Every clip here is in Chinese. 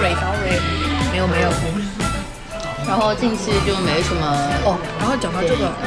没有。 然后近期就没什么然后讲到这个，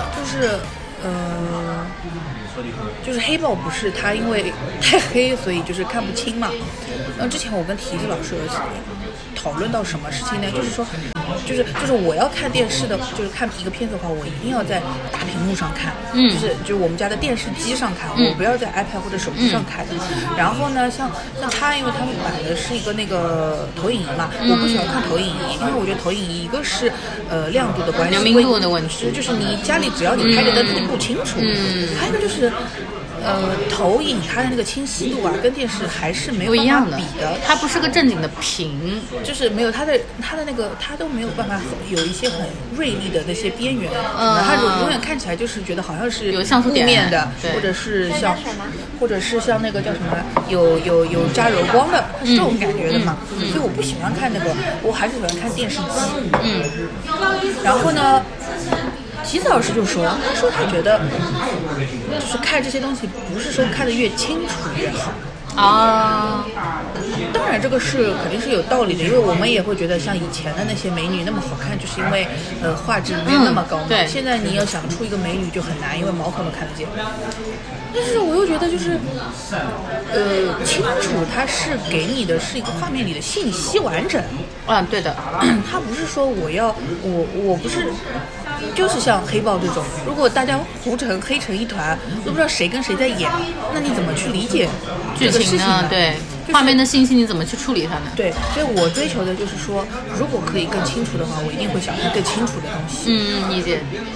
就是黑豹不是他因为太黑，所以就是看不清嘛。然后之前我跟提子老师有讨论到什么事情呢？就是说，就是我要看电视的，就是看一个片子的话，我一定要在大屏幕上看，就是我们家的电视机上看，我不要在 iPad 或者手机上看的。然后呢，像他，因为他们买的是一个那个投影仪嘛，我不喜欢看投影仪，因为我觉得投影仪一个是亮度的关系， 明度的问题， 就是你家里只要你开着灯，你不清楚。还有一个就是投影它的那个清晰度啊，跟电视还是没有办法比的。 它不是个正经的屏， 就是没有它的那个，它都没有办法有一些很锐利的那些边缘，它永远看起来就是觉得好像是有像素点面的，或者是像那个叫什么有加柔光的，它是这种感觉的嘛。所以我不喜欢看那个，我还是喜欢看电视机。然后呢？提子老师就说，他觉得就是看这些东西，不是说看得越清楚越好啊。 当然这个是肯定是有道理的，因为我们也会觉得像以前的那些美女那么好看，就是因为画质没有那么高嘛。 对， 现在你要想出一个美女就很难，因为毛孔都看得见。但是我又觉得就是清楚它是给你的是一个画面里的信息完整。 对的。 它不是说我不是就是像黑豹这种，如果大家黑成一团，都不知道谁跟谁在演，那你怎么去理解剧情呢？对，画面的信息你怎么去处理它呢？ 对，所以我追求的就是说，如果可以更清楚的话，我一定会想看更清楚的东西。 理解。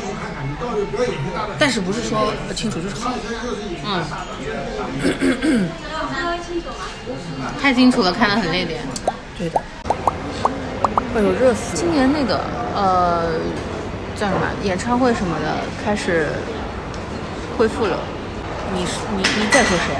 但是不是说清楚就是好？ 太清楚了，看得很累点。 对的。哎呦，热死！ 今年那个叫什么演唱会什么的开始恢复了。 你在说谁啊？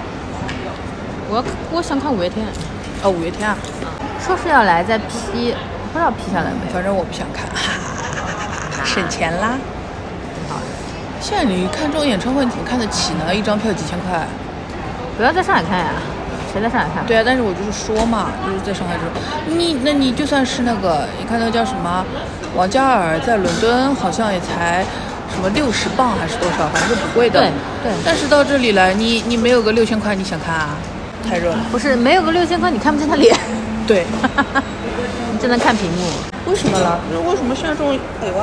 我想看五月天。 五月天啊。 说是要来再批，不知道批下来没有。 反正我不想看，省钱啦。现在你看这种演唱会，你怎么看得起呢？一张票几千块。 不要在上海看呀。谁在上海看？ 对啊，但是我就是说嘛，就是在上海这种，你就算是那个，你看那个叫什么，王嘉尔在伦敦好像也才什么60磅还是多少，反正是不贵的。 对。但是到这里来，你没有个6000块，你想看啊？太热了。 不是，没有个6000块，你看不见他脸。 对。 你只能看屏幕。 为什么啦？为什么现在这种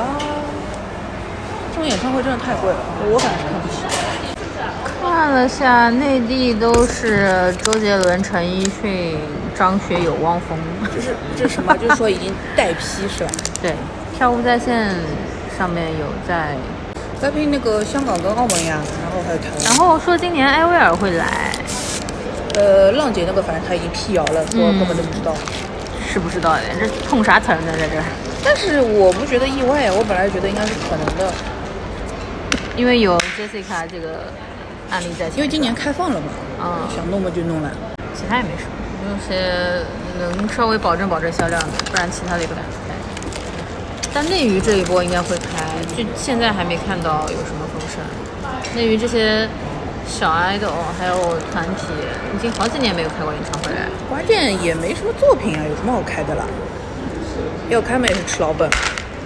这种演唱会真的太贵了，我反正是看不起。 看了下，内地都是周杰伦、陈奕迅、张学友、汪峰， 这什么？就是说已经代批是吧？ 对，票务在线上面有在拼那个香港跟澳门呀，然后还有台湾。 然后说今年艾薇儿会来， 浪姐那个反正他已经辟谣了，说根本都不知道。 是不知道的，这痛啥词呢在这儿？ 但是我不觉得意外，我本来觉得应该是可能的， 因为有 Jessica 这个案例在前， 因为今年开放了嘛，想弄嘛就弄了， 其他也没什么，有些能稍微保证销量的，不然其他的也不敢开。但内娱这一波应该会开，就现在还没看到有什么风声。内娱这些小 idol 还有团体已经好几年没有开过演唱会了， 关键也没什么作品啊，有什么好开的啦？要开嘛也是吃老本。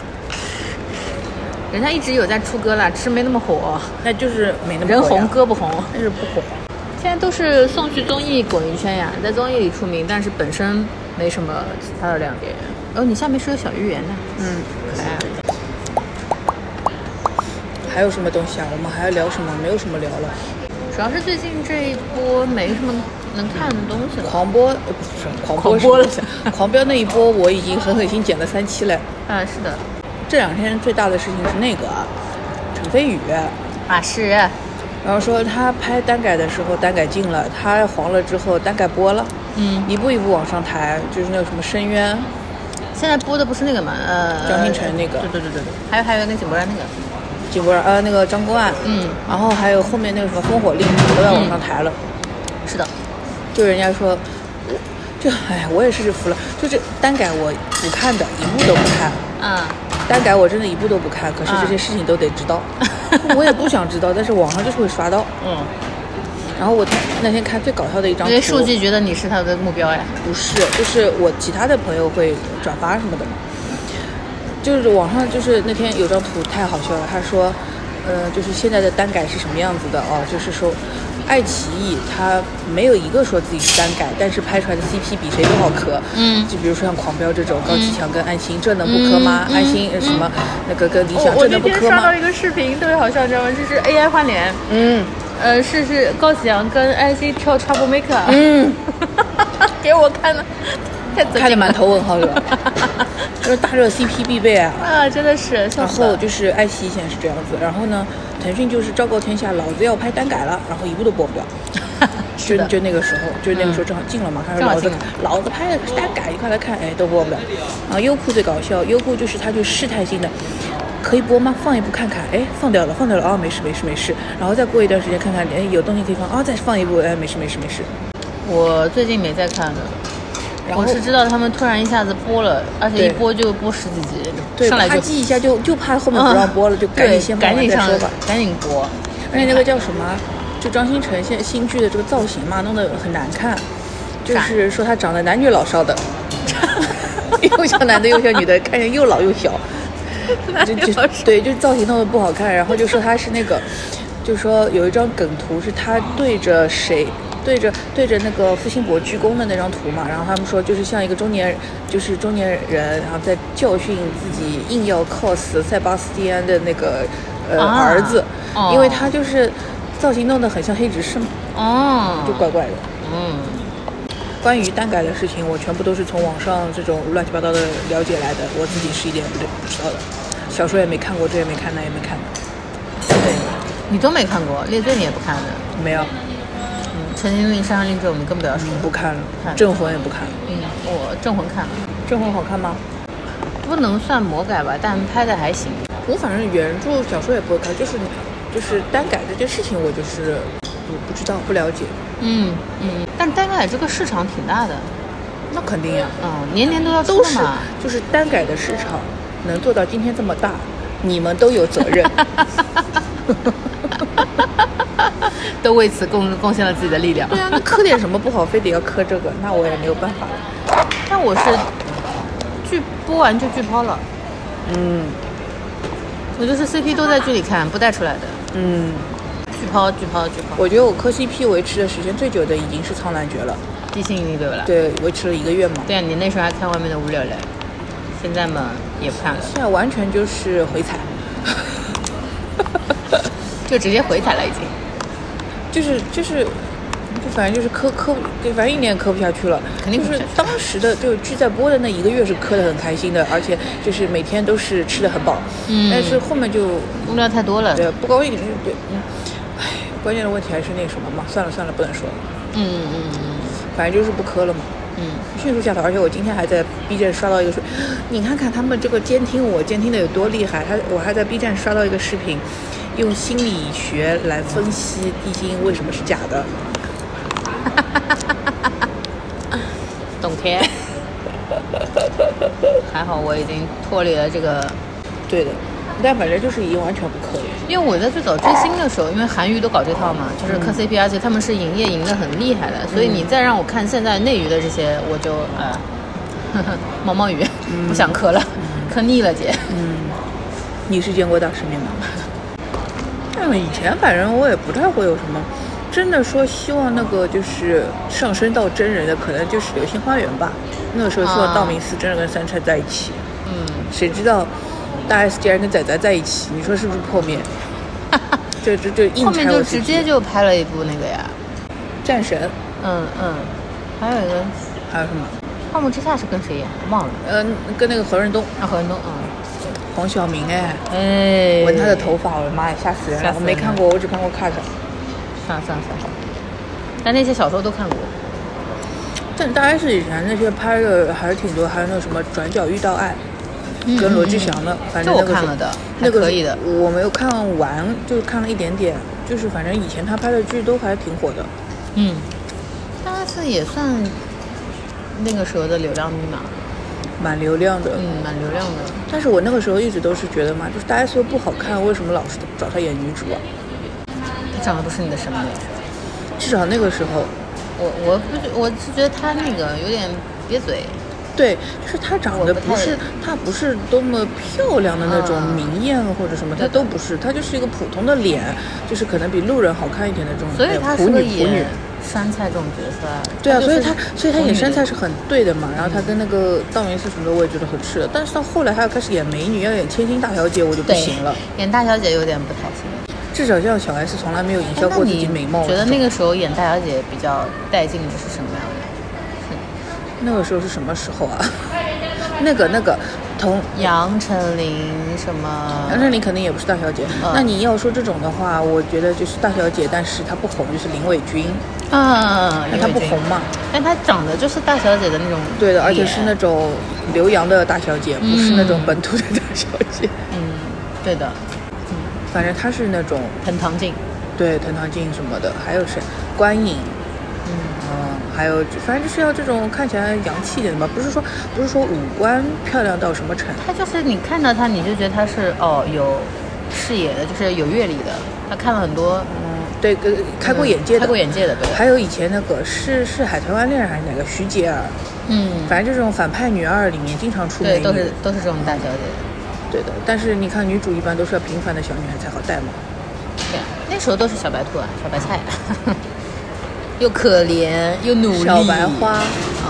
人家一直有在出歌啦，只是没那么火， 那就是没那么火， 人红歌不红， 但是不火。 现在都是送去综艺滚一圈呀，在综艺里出名，但是本身没什么其他的亮点。你下面是有小芋圆的，可爱。 还有什么东西啊？我们还要聊什么？没有什么聊了。 主要是最近这一波没什么能看的东西了。 狂播了，狂飙那一波我已经狠狠心剪了3期了。 是的。 这2天最大的事情是那个陈飞宇是， 然后说他拍单改的时候单改进了，他黄了之后单改播了，一步一步往上抬，就是那个什么深渊， 现在播的不是那个嘛， 张新成那个， 对，还有那个井柏然那个。 井柏然那个张公案，然后还有后面那个什么烽火令都要往上抬了， 是的， 就人家说，我也是服了，就这单改我不看的，一部都不看，单改我真的一部都不看，可是这些事情都得知道，我也不想知道，但是网上就是会刷到， 然后我那天看最搞笑的一张图， 因为书记觉得你是他的目标呀？ 不是，就是我其他的朋友会转发什么的嘛。就是网上就是那天有张图太好笑了，他说，就是现在的单改是什么样子的哦，就是说，爱奇艺他没有一个说自己是单改，但是拍出来的 CP 比谁都好磕。就比如说像《狂飙》这种，高启强跟安心，这能不磕吗？安心什么那个跟李想，这能不磕吗？我那天刷到一个视频，特别好笑，知道吗？就是 AI 换脸。是高启强跟安心跳 Trouble Maker。给我看的。 看得满头问号的，就是大热 CP 必备啊！ 真的是。 然后就是爱奇艺现在是这样子，然后呢，腾讯就是昭告天下，老子要拍单改了，然后一部都播不了。就那个时候，就是那个时候正好进了嘛，他说老子拍的是单改，你快来看，哎，都播不了。然后优酷最搞笑，优酷就是他就试探性的，可以播吗？放一部看看，哎，放掉了，哦，没事。然后再过一段时间看看，哎，有东西可以放，哦，再放一部，哎，没事。 我最近没在看了。我是知道他们突然一下子播了，而且一播就播10几集， 对， 上来就记一下就怕后面不让播了，就赶紧先放完再说吧， 赶紧播。 而且那个叫什么，就张新成现在新剧的这个造型嘛，弄得很难看，就是说他长得男女老少的，又像男的又像女的，看着又老又小，对，就是造型弄得不好看，然后就说他是那个，就说有一张梗图是他对着谁。对着那个傅辛博鞠躬的那张图嘛，然后他们说就是像一个中年人，然后在教训自己硬要 cos 塞巴斯蒂安的那个儿子，因为他就是造型弄得很像黑执事嘛，就怪怪的。关于单改的事情，我全部都是从网上这种乱七八糟的了解来的，我自己是一点不知道的，小说也没看过，这也没看，那也没看。 对，你都没看过，《猎罪》你也不看的？ 没有。 陈情令、杀伤令这种你更不要说， 不看了。镇魂也不看了。 我镇魂看了。 镇魂好看吗？ 不能算魔改吧，但拍的还行。 我反正原著小说也不会看，就是单改这件事情，我就是不知道不了解。 但单改这个市场挺大的。 那肯定呀。 年年都要出嘛。 就是单改的市场能做到今天这么大，你们都有责任。 都为此贡献了自己的力量。 对啊，那磕点什么不好，非得要磕这个，那我也没有办法了。 但我是剧播完就剧抛了。我就是 CP 都在剧里看，不带出来的。剧抛。 我觉得我磕 CP 维持的时间最久的已经是《苍兰诀》了。 地心引力对不啦？ 对，维持了1个月嘛。 对啊，你那时候还看外面的无聊嘞，现在嘛也不看了。 现在完全就是回踩。 就直接回踩了已经。就反正就是磕，反正1年磕不下去了， 肯定就是当时的就剧在播的那1个月是磕得很开心的，而且就是每天都是吃得很饱。但是后面就物料太多了。 对，不高兴对，关键的问题还是那什么嘛，算了，不能说了。反正就是不磕了嘛。迅速下头，而且我今天还在 B 站刷到一个你看看他们这个监听的有多厉害，我还在 B 站刷到一个视频。用心理学来分析地心为什么是假的。 懂天。还好我已经脱离了这个。 对的，但反正就是已经完全不磕了。 因为我在最早追星的时候，因为韩娱都搞这套嘛，就是磕 CP，而且他们是营业赢得很厉害的，所以你再让我看现在内娱的这些，我就毛毛雨，不想磕了，磕腻了姐。 你是见过大世面吗？但以前反正我也不太会有什么真的说希望那个就是上升到真人的，可能就是流星花园吧。那个时候希望道明寺真的跟三菜在一起。谁知道大 S 竟然跟仔仔在一起，你说是不是破灭？就硬后面就直接就拍了一部那个呀， 战神。 还有一个还有什么？ 花木之下是跟谁演？忘了。 跟那个何润东。 何润东。 黄晓明闻他的头发，我的妈呀，吓死人了！我没看过，我只看过 cut。 算了，但那些小说都看过。 但大 S 以前那些拍的还是挺多，还有那个什么《转角遇到爱》，跟罗志祥的，反正那个我看了的，还可以的。 我没有看完，就看了一点点，就是反正以前他拍的剧都还挺火的。 大 S 也算那个时候的流量密码。 蛮流量的。 蛮流量的。 但是我那个时候一直都是觉得嘛，就是大 S 又不好看，为什么老是找她演女主啊？ 她长得不是你的审美。 其至少那个时候， 我是觉得他那个有点瘪嘴。 对，就是她长得她不是多么漂亮的那种明艳或者什么，她都不是，她就是一个普通的脸，就是可能比路人好看一点的这种。 所以她是个演杉菜这种角色。 对啊，所以她演杉菜是很对的嘛。然后她跟那个道明寺什么的，我也觉得很适合。但是到后来，她要开始演美女，要演千金大小姐，我就不行了。 演大小姐有点不太行。 至少像小 S 从来没有营销过自己美貌。 觉得那个时候演大小姐比较带劲的是什么样的？ 那个时候是什么时候啊？那个同杨丞琳什么？ 杨丞琳肯定也不是大小姐。那你要说这种的话，我觉得就是大小姐，但是她不红，就是林伟君。那她不红嘛？ 但她长得就是大小姐的那种。 对的，而且是那种留洋的大小姐，不是那种本土的大小姐。 对的。 反正她是那种藤堂静。 对，藤堂静什么的，还有谁？关颖。还有反正就是要这种看起来洋气一点的吧，不是说五官漂亮到什么程度。 他就是你看到他，你就觉得他是有视野的，就是有阅历的。他看了很多， 对，开过眼界的， 对。 还有以前那个是《海豚湾恋人》还是哪个徐洁儿？反正这种反派女二里面经常出美女， 对，都是这种大小姐。 对的，但是你看女主一般都是要平凡的小女孩才好带嘛。 对，那时候都是小白兔啊，小白菜。又可怜又努力， 小白花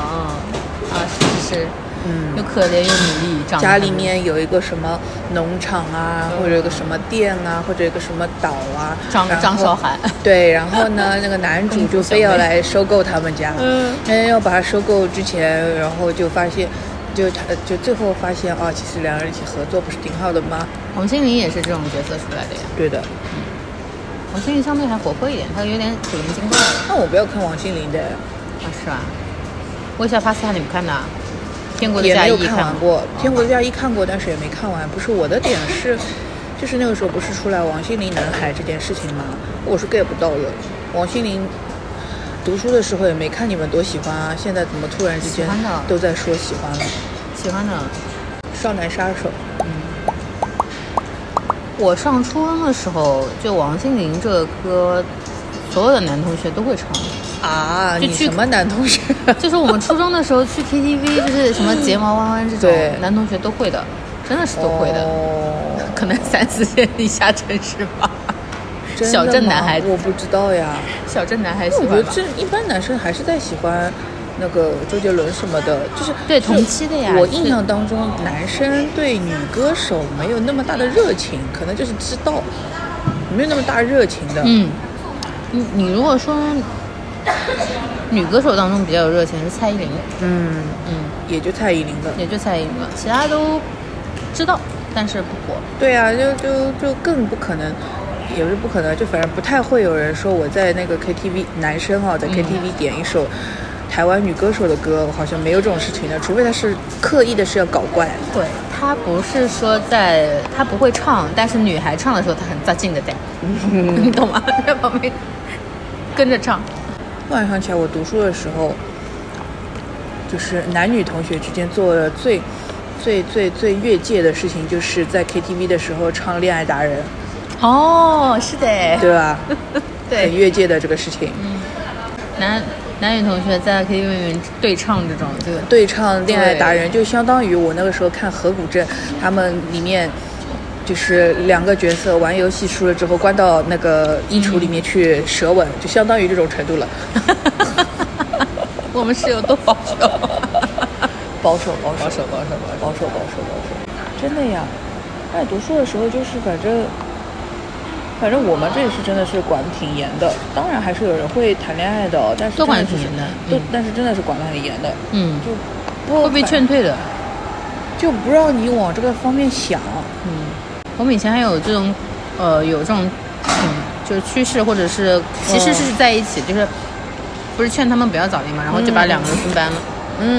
是，又可怜又努力， 家里面有一个什么农场啊，或者有个什么店啊，或者有个什么岛啊， 张韶涵。 对，然后呢，那个男主就非要来收购他们家，要把他收购之前，然后就发现，就最后发现其实两人一起合作不是挺好的吗？ 王心凌也是这种角色出来的呀。 对的。 王心凌相对还活泼一点，她有点古灵精怪。 那我不要看王心凌的。 是吧？微笑帕斯塔你们看的？天国的嫁衣看完过，天国的嫁衣看过，但是也没看完。不是我的点是，就是那个时候不是出来王心凌男孩这件事情吗？我是 get 不到的。王心凌读书的时候也没看你们多喜欢啊，现在怎么突然之间都在说喜欢了？ 喜欢的。 少男杀手。 我上初中的时候，就王心凌这个歌，所有的男同学都会唱啊！你什么男同学？ 就是我们初中的时候去 KTV，就是什么睫毛弯弯这种，男同学都会的，真的是都会的。可能3-4线以下城市吧。小镇男孩子， 我不知道呀。 小镇男孩喜欢吧？ 我觉得这一般男生还是在喜欢。那个周杰伦什么的，就是对同期的呀。 我印象当中，男生对女歌手没有那么大的热情，可能就是知道，没有那么大热情的。 你如果说女歌手当中比较有热情是蔡依林， 也就蔡依林了， 其他都知道，但是不火。 对啊，就更不可能，也是不可能，就反正不太会有人说我在那个 KTV 男生在 KTV 点一首。台湾女歌手的歌好像没有这种事情的，除非他是刻意的是要搞怪。 对，他不是说他不会唱，但是女孩唱的时候他很扎劲的带，你懂吗？在旁边跟着唱。 突然想起来，我读书的时候，就是男女同学之间做的最越界的事情，就是在 KTV 的时候唱《恋爱达人》。 是的， 对吧？ 对， 很越界的这个事情。 男女同学在 KTV 里面对唱这种， 对唱《恋爱达人》就相当于我那个时候看河谷镇，他们里面就是2个角色玩游戏输了之后关到那个衣橱里面去舌吻，就相当于这种程度了。 我们是有多保守？ 保守，真的呀！哎，读书的时候就是反正我们这里是真的是管挺严的，当然还是有人会谈恋爱的，但是都管挺严的， 但是真的是管得很严的，就会被劝退的， 就不让你往这个方面想。 我们以前还有这种，有这种，就是趋势或者是其实是在一起，就是不是劝他们不要早恋嘛，然后就把2个人分班了。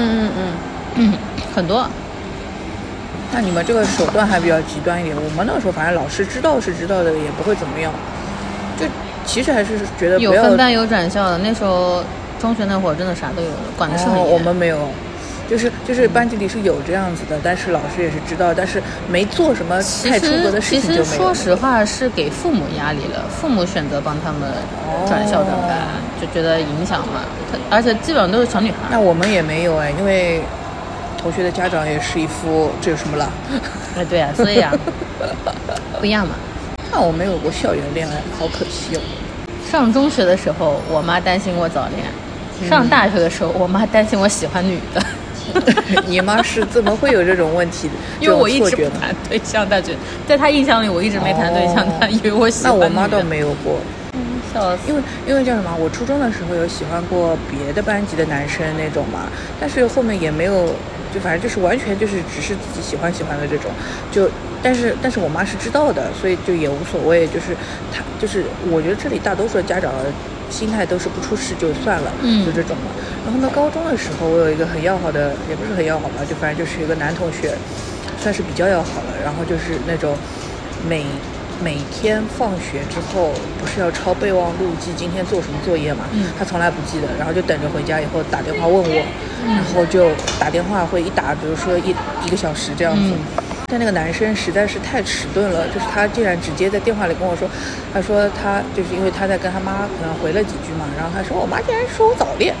很多。 那你们这个手段还比较极端一点，我们那个时候反正老师知道是知道的，也不会怎么样。就其实还是觉得不要有分班有转校的，那时候中学那会儿真的啥都有，管的是很严。 我们没有， 就是班级里是有这样子的，但是老师也是知道，但是没做什么太出格的事情就没有。 其实说实话是给父母压力了，父母选择帮他们转校转班，就觉得影响嘛。而且基本上都是小女孩。 那我们也没有因为同学的家长也是一副这有什么了？ 对啊，所以啊，不一样嘛。 那我没有过校园恋爱，好可惜哦。 上中学的时候，我妈担心我早恋；上大学的时候，我妈担心我喜欢女的。 你妈是怎么会有这种问题？ 因为我一直不谈对象，她觉得在她印象里我一直没谈对象，她以为我喜欢女的。 那我妈倒没有过。 笑死。 因为叫什么？我初中的时候有喜欢过别的班级的男生那种嘛，但是后面也没有，就反正就是完全就是只是自己喜欢的这种，但是我妈是知道的，所以就也无所谓。就是她就是我觉得这里大多数的家长心态都是不出事就算了，就这种嘛。然后呢，高中的时候我有一个很要好的，也不是很要好吧，就反正就是一个男同学，算是比较要好了。然后就是那种每天放学之后不是要抄备忘录记今天做什么作业嘛，他从来不记得，然后就等着回家以后打电话问我，然后就打电话会一打，比如说一个小时这样子。但那个男生实在是太迟钝了，就是他竟然直接在电话里跟我说，他说他就是因为他在跟他妈可能回了几句嘛，然后他说我妈竟然说我早恋，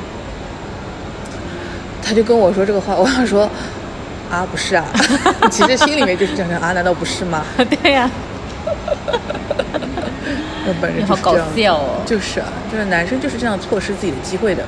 他就跟我说这个话，我想说啊不是啊，其实心里面就是讲啊难道不是吗？ 对呀、 那本人你好搞笑哦！ 就是啊，就是男生就是这样错失自己的机会的。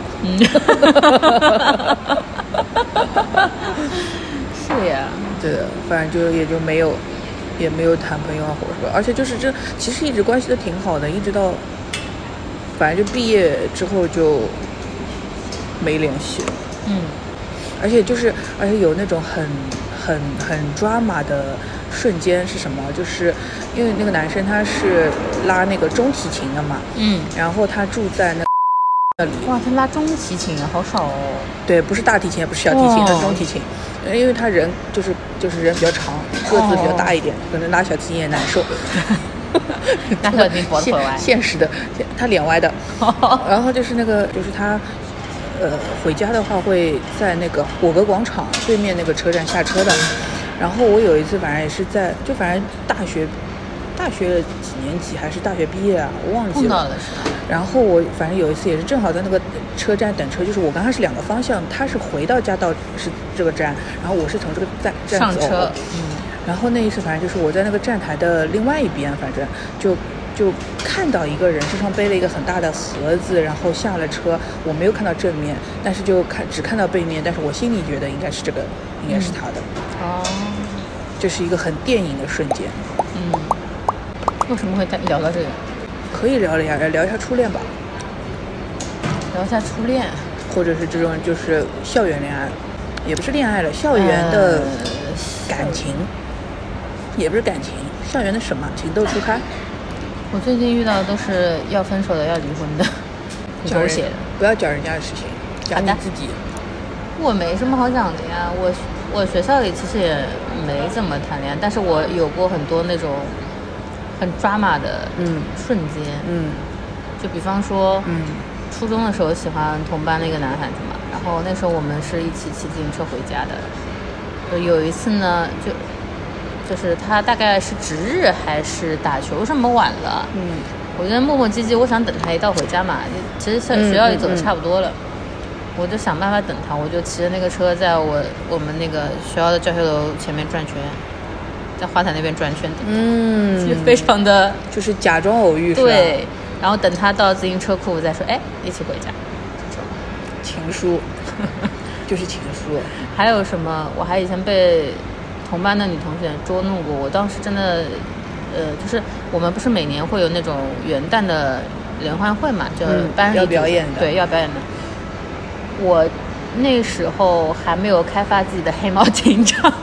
是呀。 对的，反正就也没有谈朋友啊，或者说，而且就是这其实一直关系都挺好的，一直到反正就毕业之后就没联系了。而且有那种很drama的瞬间是什么？就是因为那个男生他是拉那个中提琴的嘛，然后他住在那里。 哇，他拉中提琴好少哦。 对，不是大提琴，也不是小提琴，他是中提琴。因为他人就是人比较长，个子比较大一点，可能拉小提琴也难受。 拉小提琴脖子歪。 现实的，他脸歪的。然后就是他。回家的话会在那个果戈广场对面那个车站下车的。然后我有一次反正也是反正大学几年级还是大学毕业啊，我忘记了。然后我反正有一次也是正好在那个车站等车，就是我刚开始两个方向，他是回到家到是这个站，然后我是从这个站上车。 然后那一次反正就是我在那个站台的另外一边，反正就看到一个人身上背了一个很大的盒子，然后下了车。我没有看到正面，但是只看到背面，但是我心里觉得应该是这个，应该是他的。这是一个很电影的瞬间。 为什么会聊到这个？ 可以聊一下初恋吧。 聊一下初恋， 或者是这种就是校园恋爱，也不是恋爱了，校园的感情，也不是感情，校园的什么情窦初开。 我最近遇到的都是要分手的，要离婚的，狗血的。 不要讲人家的事情，讲你自己。 我没什么好讲的呀，我学校里其实也没怎么谈恋爱，但是我有过很多那种很drama的瞬间。就比方说，初中的时候喜欢同班那个男孩子嘛，然后那时候我们是一起骑自行车回家的。有一次呢，就是他大概是值日还是打球什么晚了，我就磨磨唧唧，我想等他一道回家嘛，其实学校里走的差不多了，我就想办法等他，我就骑着那个车在我们那个学校的教学楼前面转圈，在花坛那边转圈等，就非常的就是假装偶遇，是吧？ 对，然后等他到自行车库再说，一起回家， 情书，就是情书。 还有什么？我还以前被同班的女同学捉弄过，我当时真的，就是我们不是每年会有那种元旦的联欢会嘛，就班里要表演的， 对，要表演的。我那时候还没有开发自己的黑猫警长，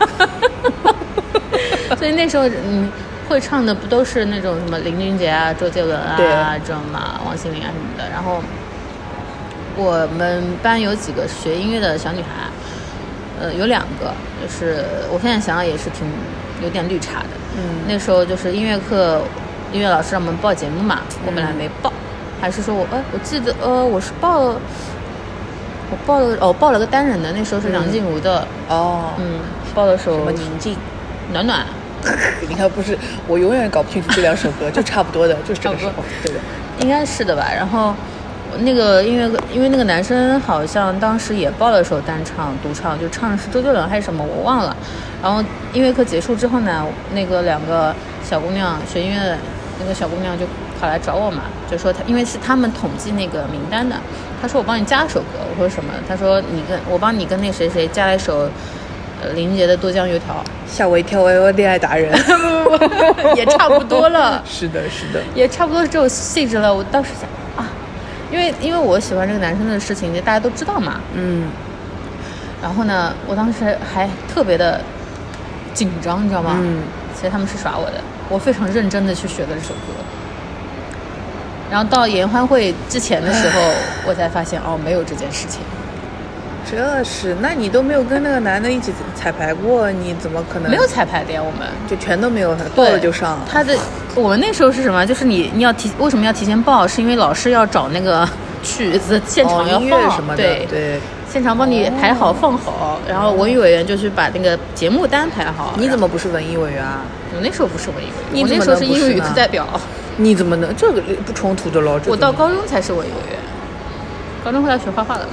所以那时候会唱的不都是那种什么林俊杰啊、周杰伦啊这种嘛，王心凌啊什么的。然后我们班有几个学音乐的小女孩。有2个，就是我现在想想也是有点绿茶的。那时候就是音乐课，音乐老师让我们报节目嘛，我本来没报，还是说我记得我是报我报了个单人的，那时候是梁静茹的。报了首什么宁静、 暖暖。 你看不是，我永远搞不清楚这两首歌，就差不多的，就是这个时候，对的， 应该是的吧。然后那个因为那个男生好像当时也报了首单唱独唱，就唱的是周杰伦还是什么我忘了。然后音乐课结束之后呢，那个两个小姑娘学音乐的那个小姑娘就跑来找我嘛，就说因为是他们统计那个名单的，她说我帮你加首歌，我说什么？她说我帮你跟那谁谁加了一首林杰的多江油条。 吓我一跳，我以为恋爱达人也差不多了。 是的也差不多是这种性质了。我当时想啊，因为我喜欢这个男生的事情大家都知道嘛。然后呢，我当时还特别的紧张，你知道吗？其实他们是耍我的，我非常认真的去学的这首歌。然后到联欢会之前的时候，我才发现没有这件事情。 这是，那你都没有跟那个男的一起彩排过，你怎么可能？ 没有彩排的呀，我们就全都没有，报了就上。 我们那时候是什么？就是你要为什么要提前报？是因为老师要找那个曲子现场要音放乐什么的，对， 现场帮你排好放好，然后文艺委员就去把那个节目单排好。 你怎么不是文艺委员啊？ 我那时候不是文艺委员，我那时候是英语课代表。 你怎么能这个不冲突的咯？ 我到高中才是文艺委员，高中后来学画画的了。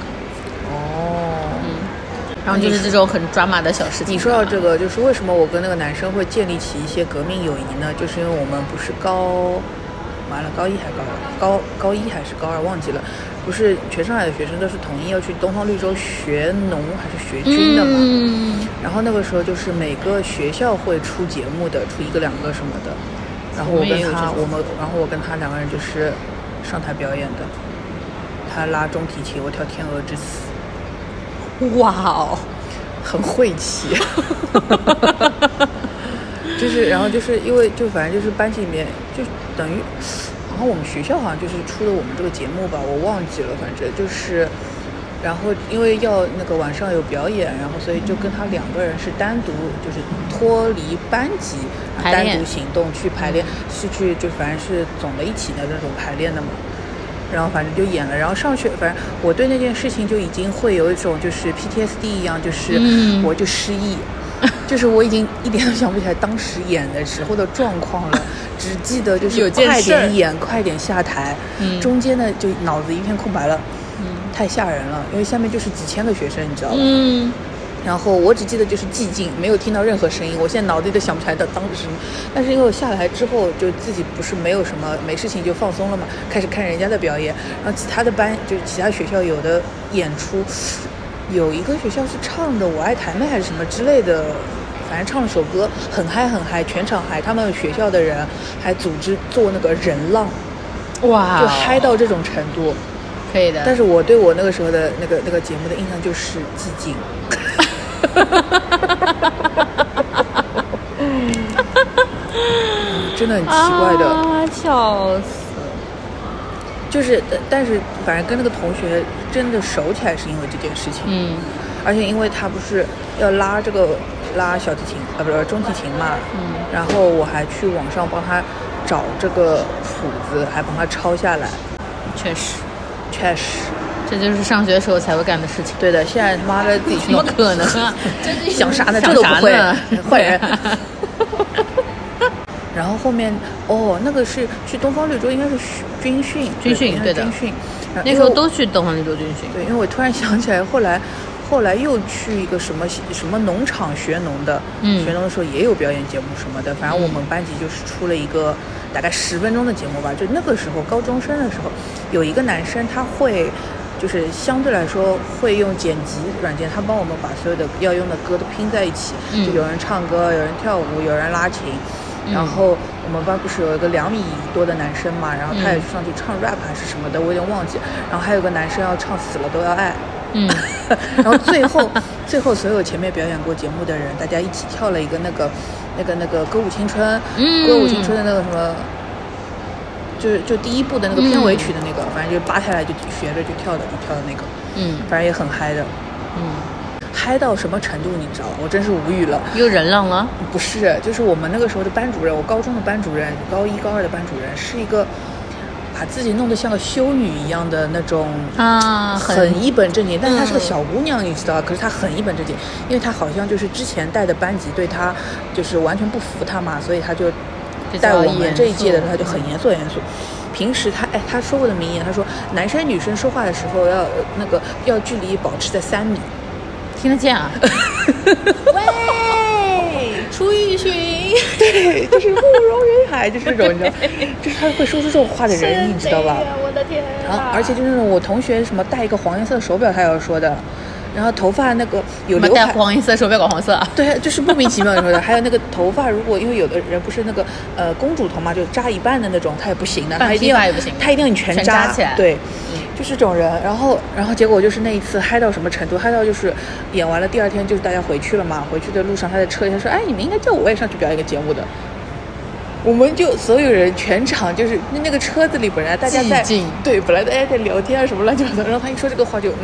然后就是这种很抓马的小事情。 你说到这个，就是为什么我跟那个男生会建立起一些革命友谊呢？就是因为我们不是高一还高一还是高二忘记了，不是全上海的学生都是统一要去东方绿洲学农还是学军的嘛？然后那个时候就是每个学校会出节目的，出1个2个什么的。然后我跟他2个人就是上台表演的，他拉中提琴，我跳天鹅之死。 哇哦， 很晦气。然后就是因为反正就是班级里面就等于，然后我们学校好像就是出了我们这个节目吧，我忘记了，反正就是，然后因为要那个晚上有表演，然后所以就跟他2个人是单独就是脱离班级单独行动去排练，是去就反正是总的一起的那种排练的嘛。然后反正就演了，然后上去，反正我对那件事情就已经会有一种就是 PTSD 一样，就是我就失忆，就是我已经一点都想不起来当时演的时候的状况了，只记得就是快点演，快点下台，中间呢就脑子一片空白了，太吓人了，因为下面就是几千个学生，你知道吧？然后我只记得就是寂静，没有听到任何声音。我现在脑子里都想不起来的当时，但是因为我下来之后，就自己不是没有什么没事情就放松了嘛，开始看人家的表演。然后其他的班就是其他学校有的演出，有一个学校是唱的《我爱台妹》还是什么之类的，反正唱了首歌，很嗨很嗨，全场嗨。他们学校的人还组织做那个人浪， 哇， 就嗨到这种程度。 可以的。 但是我对我那个时候的那个节目的印象就是寂静。真的很奇怪的， 笑死！ 就是，但是反正跟那个同学真的熟起来是因为这件事情，而且因为他不是要拉小提琴不是中提琴嘛，然后我还去网上帮他找这个谱子，还帮他抄下来， 确实。 这就是上学的时候才会干的事情。 对的，现在他妈的自己去弄， 怎么可能啊？ 想啥呢？这都不会，坏人。然后后面那个是去东方绿洲，应该是军训，对的，军训。 那时候都去东方绿洲军训。 对，因为我突然想起来，后来又去一个什么农场学农的，学农的时候也有表演节目什么的。反正我们班级就是出了一个大概10分钟的节目吧。就那个时候高中生的时候，有一个男生他会。就是相对来说会用剪辑软件，他帮我们把所有的要用的歌都拼在一起，就有人唱歌，有人跳舞，有人拉琴，然后我们班不是有一个2米多的男生嘛，然后他也上去唱 rap 还是什么的，我有点忘记，然后还有个男生要唱死了都要爱，然后最后所有前面表演过节目的人，大家一起跳了一个那个歌舞青春，歌舞青春的那个什么。就第一部的那个片尾曲的那个，反正就扒下来就学着就跳的那个，反正也很嗨的，嗨到什么程度你知道？我真是无语了。 又人浪了？ 不是，就是我们那个时候的班主任，我高中的班主任，高1高2的班主任是一个把自己弄得像个修女一样的那种啊， 很一本正经，但是她是个小姑娘，你知道，可是她很一本正经，因为她好像就是之前带的班级对她就是完全不服她嘛，所以她就带我们这一届的时候，她就很严肃。平时她说过的名言，她说男生女生说话的时候要距离保持在3米， 听得见啊？喂，出一群， 对，就是慕容云海，就是这种，你知道，就是他会说出这种话的人，你知道吧？ 我的天！ 然后，而且就是那种我同学什么戴一个黄颜色的手表，他要说的，然后头发那个有刘海， 戴黄颜色手表搞黄色啊？ 对，就是莫名其妙说的。还有那个头发，如果因为有的人不是那个公主头嘛，就扎一半的那种，他也不行的，他一定要你全扎起来， 对。就是这种人，然后结果就是那一次嗨到什么程度？嗨到就是演完了第2天就是大家回去了嘛，回去的路上他在车里他说：“哎，你们应该叫我也上去表演一个节目的。”我们就所有人全场就是那个车子里本来大家在对本来大家在聊天啊什么乱七八糟，然后他一说这个话就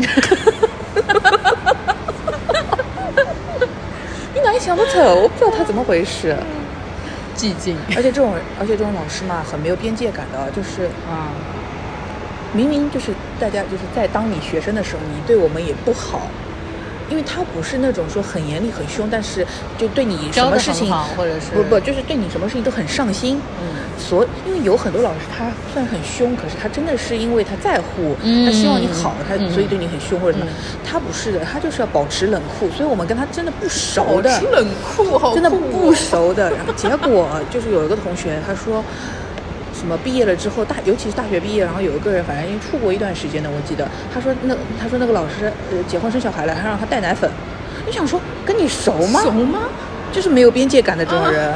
你哪里想不透？我不知道他怎么回事。 寂静， 而且这种老师嘛，很没有边界感的，就是明明就是大家就是在当你学生的时候，你对我们也不好，因为他不是那种说很严厉很凶，但是就对你什么事情或者是不就是对你什么事情都很上心。因为有很多老师他虽然很凶，可是他真的是因为他在乎，他希望你好，他所以对你很凶或者什么。他不是的，他就是要保持冷酷，所以我们跟他真的不熟的， 保持冷酷，好酷， 真的不熟的。然后结果就是有一个同学他说。什么毕业了之后尤其是大学毕业，然后有一个人反正已经出国一段时间的，我记得他说那个老师结婚生小孩了，还让他带奶粉。你想说跟你熟吗？就是没有边界感的这种人。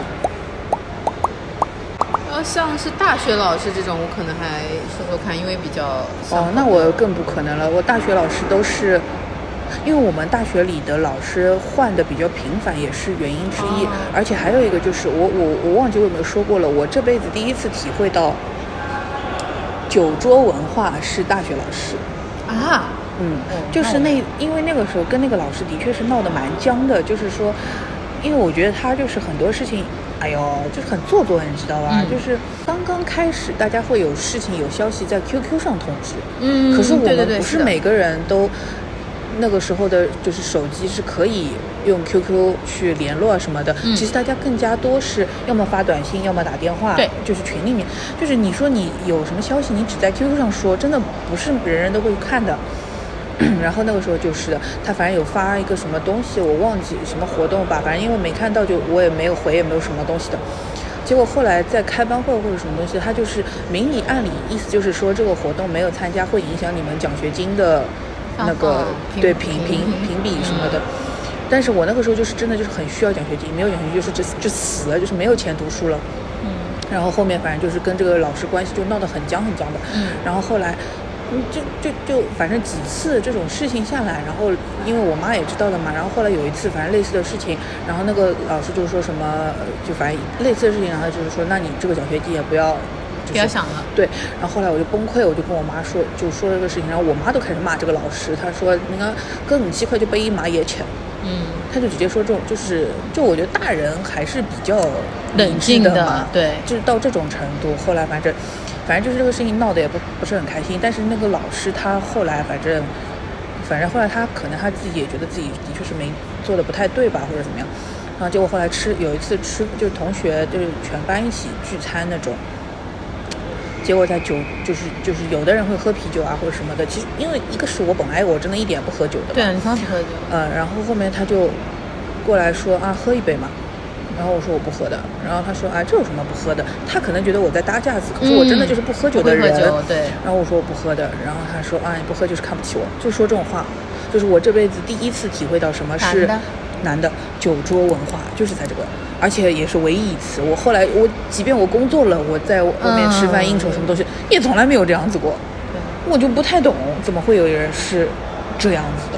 像是大学老师这种，我可能还说看，因为比较那我更不可能了。我大学老师都是。因为我们大学里的老师换的比较频繁，也是原因之一。而且还有一个就是我忘记我有没有说过了，我这辈子第一次体会到酒桌文化是大学老师啊。 就是因为那个时候跟那个老师的确是闹得蛮僵的，就是说，因为我觉得他就是很多事情，哎呦，就是很做作，你知道吧？就是刚刚开始大家会有事情有消息在 QQ 上通知，可是我们不是每个人都。那个时候的就是手机是可以用 QQ 去联络什么的，其实大家更加多是要么发短信，要么打电话， 对， 就是群里面，就是你说你有什么消息，你只在 QQ 上说，真的不是人人都会看的。然后那个时候就是的，他反正有发一个什么东西，我忘记什么活动吧，反正因为没看到，就我也没有回，也没有什么东西的。结果后来在开班会或者什么东西，他就是明里暗里意思就是说这个活动没有参加会影响你们奖学金的。那个对评比什么的，但是我那个时候就是真的就是很需要奖学金，没有奖学金就是就死了，就是没有钱读书了。然后后面反正就是跟这个老师关系就闹得很僵的。然后后来就反正几次这种事情下来，然后因为我妈也知道了嘛，然后后来有一次反正类似的事情，然后那个老师就说什么就反正类似的事情，然后就是说那你这个奖学金也不要想了。 对，然后后来我就崩溃，我就跟我妈说，就说这个事情，然后我妈都开始骂这个老师，她说你看跟你7块就背一马也钱，她就直接说这种就我觉得大人还是比较冷静的嘛，对， 就是到这种程度。后来反正就是这个事情闹得也不是很开心，但是那个老师他后来反正后来他可能他自己也觉得自己的确是没做的不太对吧，或者怎么样，然后结果后来有一次就是同学就是全班一起聚餐那种。结果在酒就是有的人会喝啤酒啊或者什么的，其实因为一个是我本来我真的一点不喝酒的， 对，你刚不喝酒， 然后后面他就过来说喝一杯嘛，然后我说我不喝的，然后他说这有什么不喝的？他可能觉得我在搭架子，可是我真的就是不喝酒的人， 对。 然后我说我不喝的，然后他说你不喝就是看不起我，就说这种话，就是我这辈子第一次体会到什么是男的酒桌文化，就是在这个。而且也是唯一一次，我后来即便我工作了，我在外面吃饭应酬什么东西，也从来没有这样子过。我就不太懂怎么会有人是这样子的。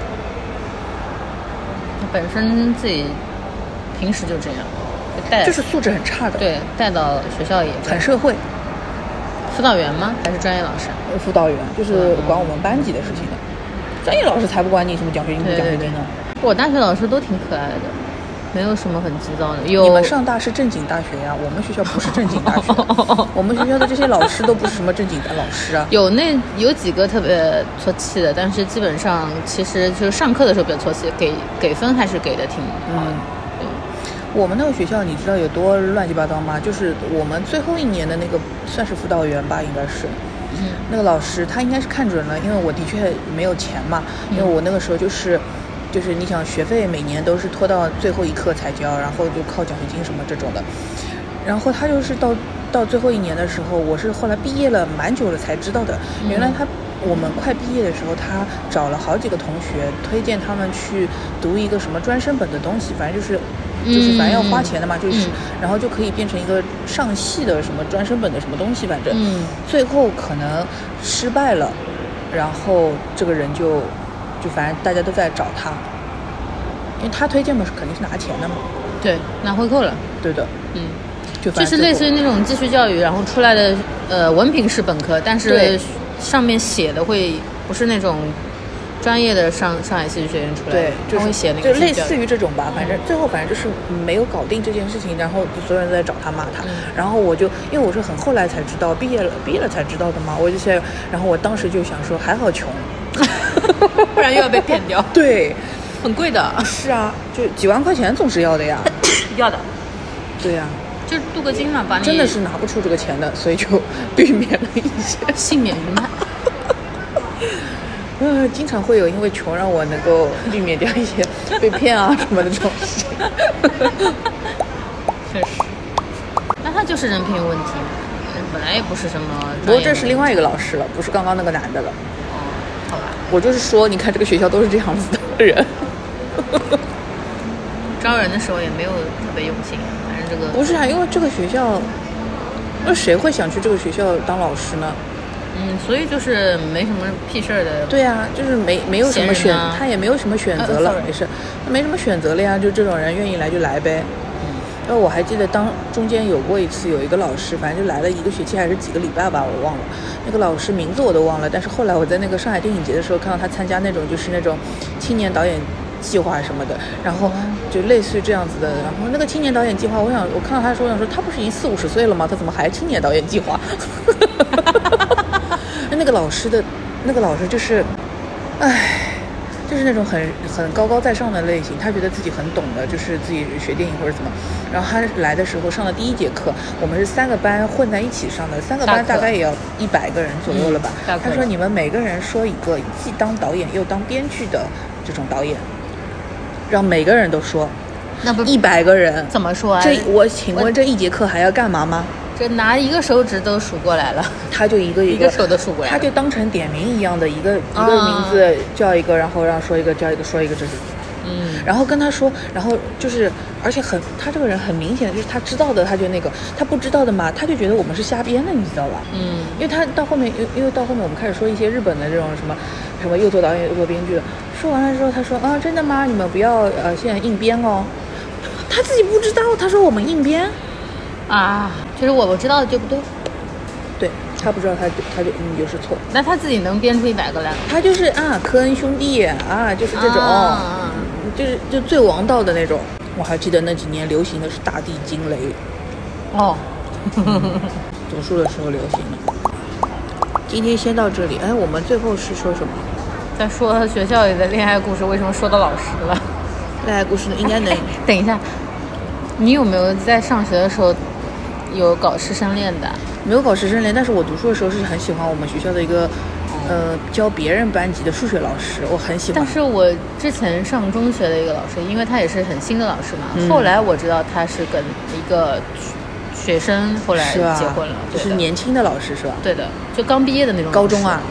他本身自己平时就这样， 就是素质很差的。 对，带到学校也很社会。 辅导员吗？还是专业老师？ 辅导员就是管我们班级的事情的。专业老师才不管你什么奖学金不奖学金呢。 我大学老师都挺可爱的。 没有什么很急躁的。 你们上大是正经大学呀，我们学校不是正经大学，我们学校的这些老师都不是什么正经的老师啊。 有几个特别错气的，但是基本上其实就是上课的时候比较错气，给分还是给的挺好的。 我们那个学校你知道有多乱七八糟吗？就是我们最后一年的那个算是辅导员吧，应该是。那个老师他应该是看准了，因为我的确没有钱嘛，因为我那个时候就是你想学费每年都是拖到最后一刻才交，然后就靠奖学金什么这种的。然后他就是到最后一年的时候，我是后来毕业了蛮久了才知道的，原来我们快毕业的时候，他找了好几个同学推荐他们去读一个什么专升本的东西，反正就是反正要花钱的嘛，然后就可以变成一个上戏的什么专升本的什么东西，反正最后可能失败了，然后这个人就反正大家都在找他，因为他推荐嘛肯定是拿钱的嘛， 对，拿回扣了， 对的， 就是类似于那种继续教育，然后出来的文凭是本科，但是上面写的会不是那种专业的上海戏剧学院出来的， 对， 他会写那个就类似于这种吧，反正最后就是没有搞定这件事情，然后所有人都在找他骂他，然后我就因为我是很后来才知道，毕业了才知道的嘛，然后我当时就想说还好穷， 不然又要被骗掉， 对， 很贵的， 是啊，就几万块钱总是要的呀， 要的， 对呀。 就是镀个金嘛，把你真的是拿不出这个钱的，所以就避免了一些幸免于难。 经常会有因为穷让我能够避免掉一些被骗啊什么的这种事情。 确实，那他就是人品有问题，本来也不是什么。 不过这是另外一个老师了，不是刚刚那个男的了。 哦，好吧。 我就是说，你看这个学校都是这样子的人。 招人的时候也没有特别用心，反正这个不是啊，因为这个学校，那谁会想去这个学校当老师呢？ 所以就是没什么屁事儿的。 对啊，就是没有什么他也没有什么选择了，没事，没什么选择了呀，就这种人愿意来就来呗。因为我还记得中间有过一次，有一个老师，反正就来了一个学期还是几个礼拜吧，我忘了。那个老师名字我都忘了，但是后来我在那个上海电影节的时候看到他参加那种就是那种青年导演计划什么的，然后就类似于这样子的。然后那个青年导演计划，我看到他的时候，我想说他不是已经40-50岁了吗？他怎么还青年导演计划？那个老师就是，就是那种很高高在上的类型，他觉得自己很懂的，就是自己学电影或者怎么。然后他来的时候上的第一节课，我们是3个班混在一起上的，3个班大概也要100个人左右了吧。他说你们每个人说一个既当导演又当编剧的这种导演，让每个人都说。 那不 100个人怎么说啊？ 我请问这一节课还要干嘛吗？ 这拿一个手指都数过来了， 他就一个手都数过来了， 他就当成点名一样的一个名字叫一个，然后让说一个叫一个说一个，这是然后跟他说，然后就是而且他这个人很明显的就是他知道的他就那个，他不知道的嘛他就觉得我们是瞎编的，你知道吧？因为他到后面我们开始说一些日本的这种什么又做导演又做编剧的，说完了之后他说真的吗？你们不要现在硬编哦，他自己不知道，他说我们硬编啊，就是我知道的就不对， 对他不知道他就就是错。 那他自己能编出100个来？ 他就是科恩兄弟就是这种，就最王道的那种。我还记得那几年流行的是大地惊雷，读书的时候流行的。今天先到这里，我们最后是说什么？ 在说学校里的恋爱故事，为什么说到老师了？ 恋爱故事应该能。 等一下，你有没有在上学的时候有搞师生恋的？ 没有搞师生恋，但是我读书的时候是很喜欢我们学校的一个教别人班级的数学老师，我很喜欢。 但是我之前上中学的一个老师，因为他也是很新的老师嘛，后来我知道他是跟一个学生后来结婚了， 就是年轻的老师是吧？ 对的，就刚毕业的那种高中啊。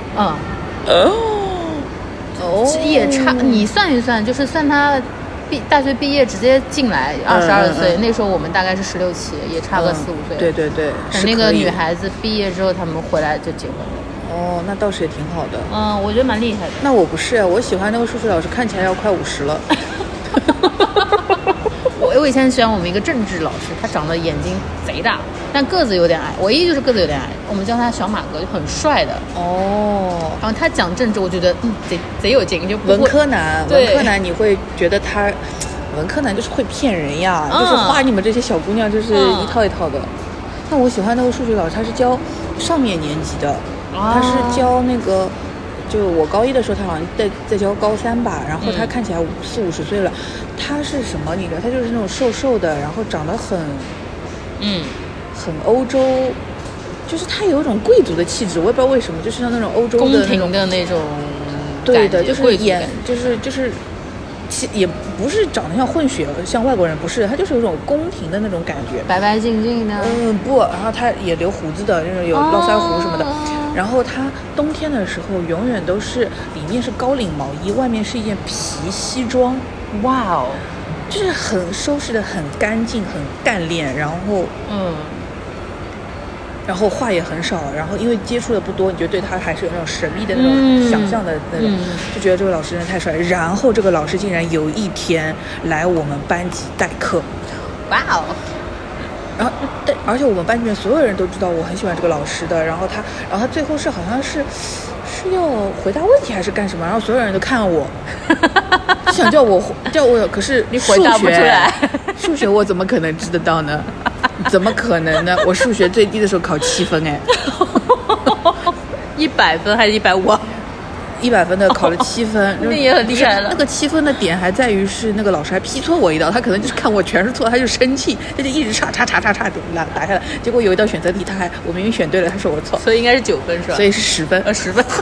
也差，你算一算，就是算他大学毕业直接进来22岁，那时候我们大概是16、17，也差个4、5岁。 对对对。 等那个女孩子毕业之后，他们回来就结婚了。 那倒是也挺好的。 我觉得蛮厉害的。 那我不是，我喜欢那个数学老师，看起来要快50了。 我以前喜欢我们一个政治老师，他长得眼睛贼大，但个子有点矮，唯一就是个子有点矮，我们叫他小马哥，就很帅的。然后他讲政治，我觉得贼有劲，就不会文科男你会觉得他文科男就是会骗人呀，就是花你们这些小姑娘就是一套一套的。那我喜欢那个数学老师，他是教上面年级的，他是教那个，就我高一的时候，他好像在教高3吧，然后他看起来40-50岁了，他是什么你知道？他就是那种瘦瘦的，然后长得很欧洲，就是他有一种贵族的气质，我也不知道为什么，就是像那种欧洲的宫廷的那种， 对的，就是就是也不是长得像混血像外国人，不是，他就是有种宫廷的那种感觉， 白白净净的。 不，然后他也留胡子的，那种有络腮胡什么的。然后他冬天的时候永远都是里面是高领毛衣，外面是一件皮西装。 哇哦， 就是很收拾的很干净，很干练，然后话也很少，然后因为接触的不多，你就对他还是有那种神秘的那种想象的那种，就觉得这个老师真的太帅。然后这个老师竟然有一天来我们班级代课， 哇哦！ 然后而且我们班里面所有人都知道我很喜欢这个老师的，然后他最后好像是要回答问题还是干什么，然后所有人都看我，想叫我，可是你回答不出来， 数学我怎么可能知得到呢？怎么可能呢？我数学最低的时候考7分哎 ，100分还是150？100 分的考了7分， 那也很厉害了。 那个7分的点还在于是那个老师还批错我一道，他可能就是看我全是错，他就生气，他就一直叉打下来。结果有一道选择题，我明明选对了，他说我错， 所以应该是9分是吧？ 所以是10分 ，10分。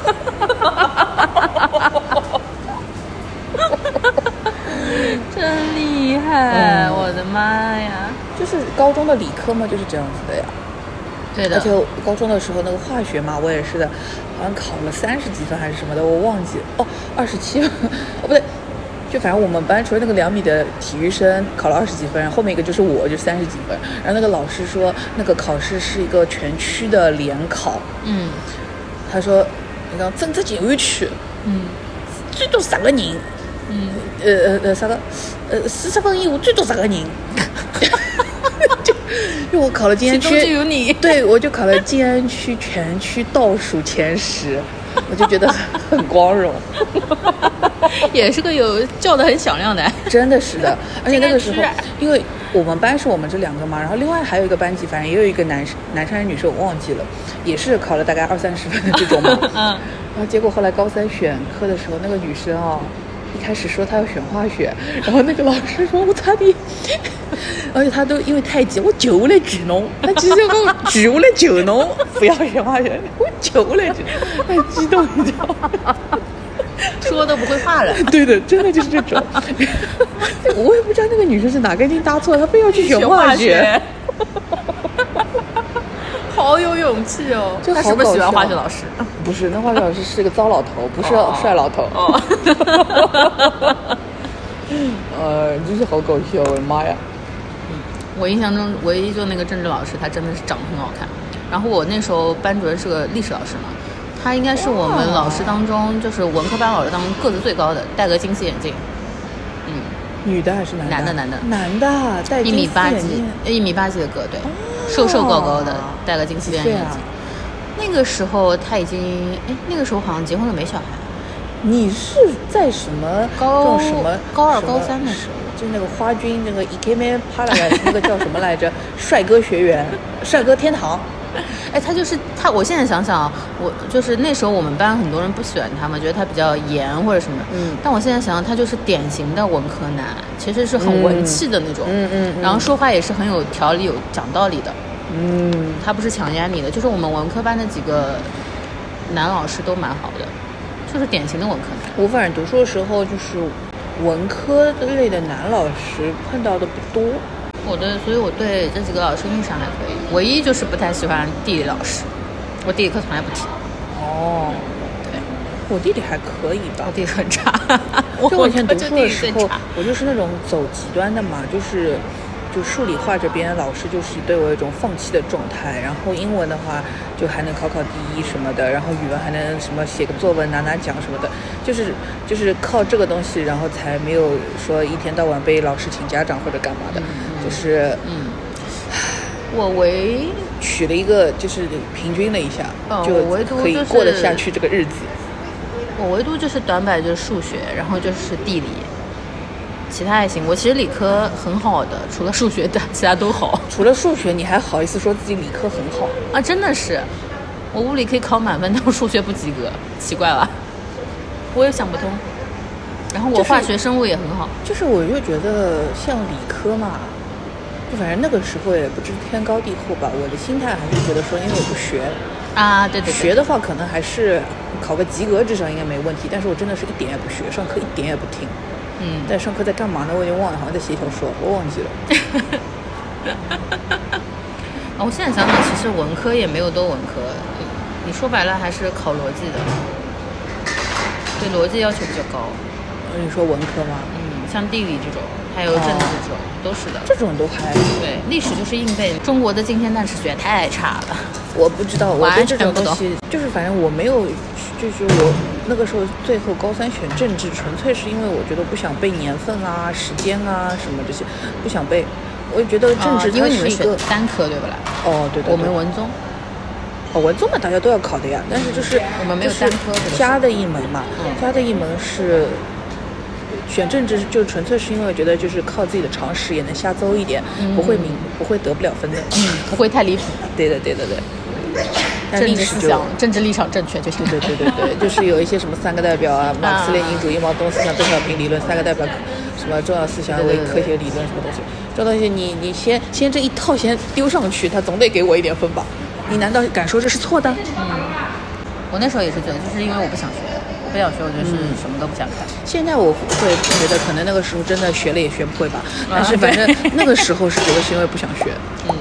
真厉害，我的妈呀！ 就是高中的理科嘛，就是这样子的呀。 对的。 而且高中的时候那个化学嘛，我也是的，好像考了30几分还是什么的，我忘记27分，不对，就反正我们班除了那个2米的体育生考了20几分，后面一个就是我，就30几分。然后那个老师说，那个考试是一个全区的联考，他说，你讲整个静安区，最多10个人。啥个，40分以下最多10个人，就我考了静安区， 其中就有你， 对，我就考了静安区全区倒数前10，我就觉得很光荣， 也是个有叫得很响亮的， 真的是的，而且那个时候，因为我们班是我们这2个嘛，然后另外还有一个班级，反正也有一个男生还是女生我忘记了，也是考了大概20-30分的这种嘛，然后结果后来高3选科的时候，那个女生一开始说他要选化学，然后那个老师说我差点，而且他都因为太急，我就来举侬，他其实要跟我举我来救侬，不要选化学，我就来举，太激动你知道吗？ 说都不会话了。 对的，真的就是这种。我也不知道那个女生是哪根筋搭错，她非要去选化学。 好有勇气哦！ 他是不是喜欢化学老师？ 不是，那化学老师是个糟老头，不是帅老头。真是好搞笑，我的妈呀！ 我印象中唯一就那个政治老师，他真的是长得很好看。然后我那时候班主任是个历史老师嘛，他应该是我们老师当中就是文科班老师当中个子最高的，戴个金丝眼镜。 女的还是男的？男的，戴金丝眼镜 1.8米的个，对，瘦高高的，戴个金丝眼镜。那个时候他已经，那个时候好像结婚了没小孩。 你是在什么高 2 高3的时候， 就是那个花军那个 EKM 帕拉那个叫什么来着？帅哥学员，帅哥天堂。 他就是他。我现在想想，我就是那时候我们班很多人不喜欢他嘛，觉得他比较严或者什么。但我现在想想，他就是典型的文科男，其实是很文气的那种。然后说话也是很有条理、有讲道理的。他不是强压你的，就是我们文科班的几个男老师都蛮好的，就是典型的文科男。 我反正读书的时候，就是文科类的男老师碰到的不多。 所以我对这几个老师印象还可以，唯一就是不太喜欢地理老师，我地理课从来不提。对， 我地理还可以吧， 我地理很差。 就我以前读书的时候，我就是那种走极端的嘛，就数理化这边老师就是对我有一种放弃的状态，然后英文的话就还能考第1什么的，然后语文还能什么写个作文拿奖什么的，就是靠这个东西，然后才没有说一天到晚被老师请家长或者干嘛的，我取了一个就是平均了一下，就可以过得下去这个日子。 我唯独就是短板就是数学，然后就是地理。 其他还行。我其实理科很好的，除了数学的，其他都好。 除了数学，你还好意思说自己理科很好啊？真的是，我物理可以考满分，但我数学不及格，奇怪了，我也想不通。然后我化学生物也很好， 就是我就觉得像理科嘛，就反正那个时候也不知天高地厚吧。我的心态还是觉得说，因为我不学啊，对， 学的话可能还是考个及格至少应该没问题。但是我真的是一点也不学，上课一点也不听。但上课在干嘛呢？我已经忘了，好像在写小说，我忘记了。 我现在想想，其实文科也没有多文科，你说白了还是考逻辑的，对逻辑要求比较高。 你说文科吗？ 像地理这种，还有政治这种，都是的。 这种都还对，历史就是硬背。中国的今天但是学太差了， 我不知道，我对这种东西就是反正我没有，就是我那个时候最后高三选政治，纯粹是因为我觉得不想背年份啊、时间啊什么这些，不想背。我觉得政治因为你们选单科对不啦？ 对， 我们文综。 文综嘛，大家都要考的呀，但是就是我们没有单科加的一门嘛，加的一门是。选政治就纯粹是因为觉得就是靠自己的常识也能瞎诌一点，不会得不了分的， 不会太离谱。 对。 政治思想、政治立场正确就行。 对，就是有一些什么三个代表啊，马克思列宁主义、毛泽东思想、邓小平理论，三个代表什么重要思想为科学理论什么东西，这东西你先这一套先丢上去，他总得给我一点分吧？你难道敢说这是错的？ 我那时候也是觉得，就是因为我不想学。不想学，我就是什么都不想看。现在我会觉得，可能那个时候真的学了也学不会吧。但是反正那个时候是觉得是因为不想学。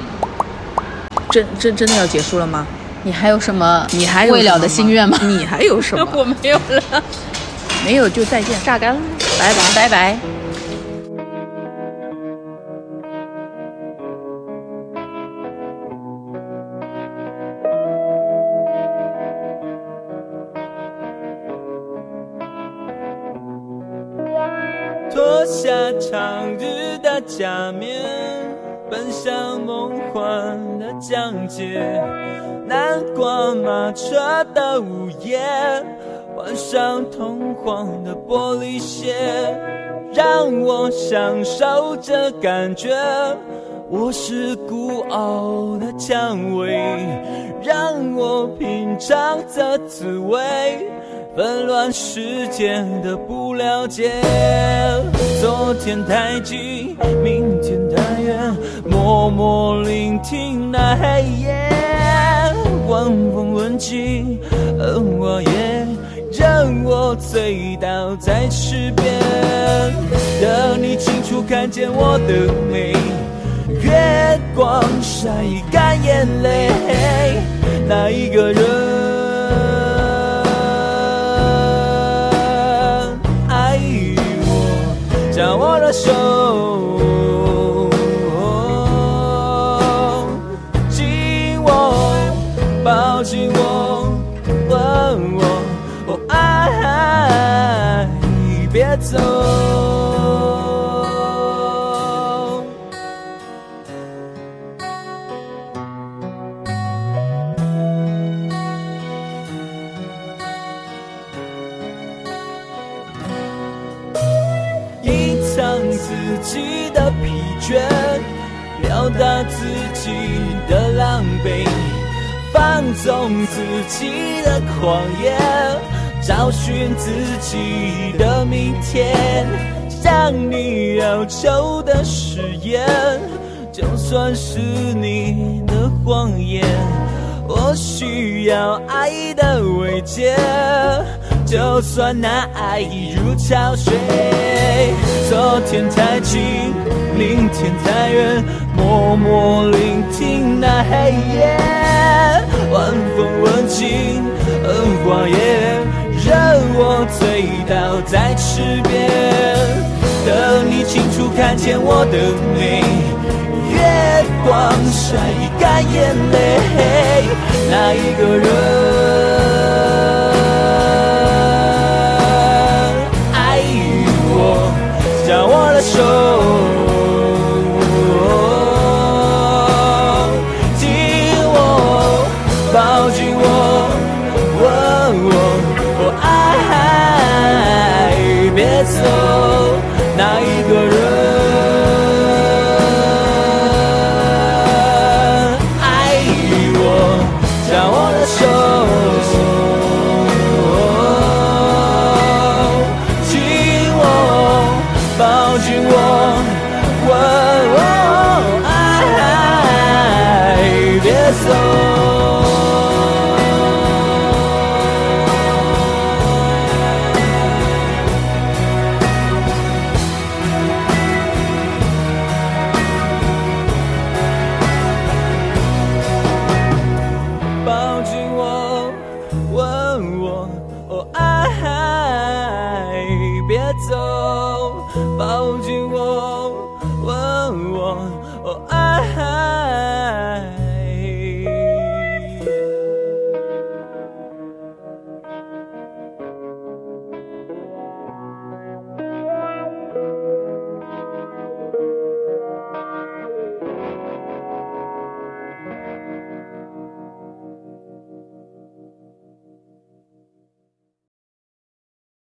真的要结束了吗？ 你还有什么？你还有未了的心愿吗？ 你还有什么？ 我没有了， 没有就再见， 榨干了， 拜拜。 脱下长日的假面，奔向梦幻的疆界，南瓜马车的午夜，换上通黄的玻璃鞋，让我享受这感觉，我是孤傲的蔷薇，让我品尝这滋味，纷乱世界的不了解，昨天太近，明天太远，默默聆听那黑夜，晚风吻尽花叶，让我醉倒在池边，等你清楚看见我的美，月光晒干眼泪，那一个人将我的手紧握，抱紧我，问我，爱，别走。自己的疲倦，表达自己的狼狈，放纵自己的狂野，找寻自己的明天，向你要求的誓言，就算是你的谎言，我需要爱的慰藉，就算那爱已如潮水，昨天太近，明天太远，默默聆听那黑夜，晚风吻尽花叶，让我醉倒在池边，等你清楚看见我的美，月光晒干眼泪，那一个人爱我，将我的手紧握，抱紧我，问我，爱别走，那一个人紧我，问我爱，别走。抱紧我，问我爱，别走。抱紧我，问我爱。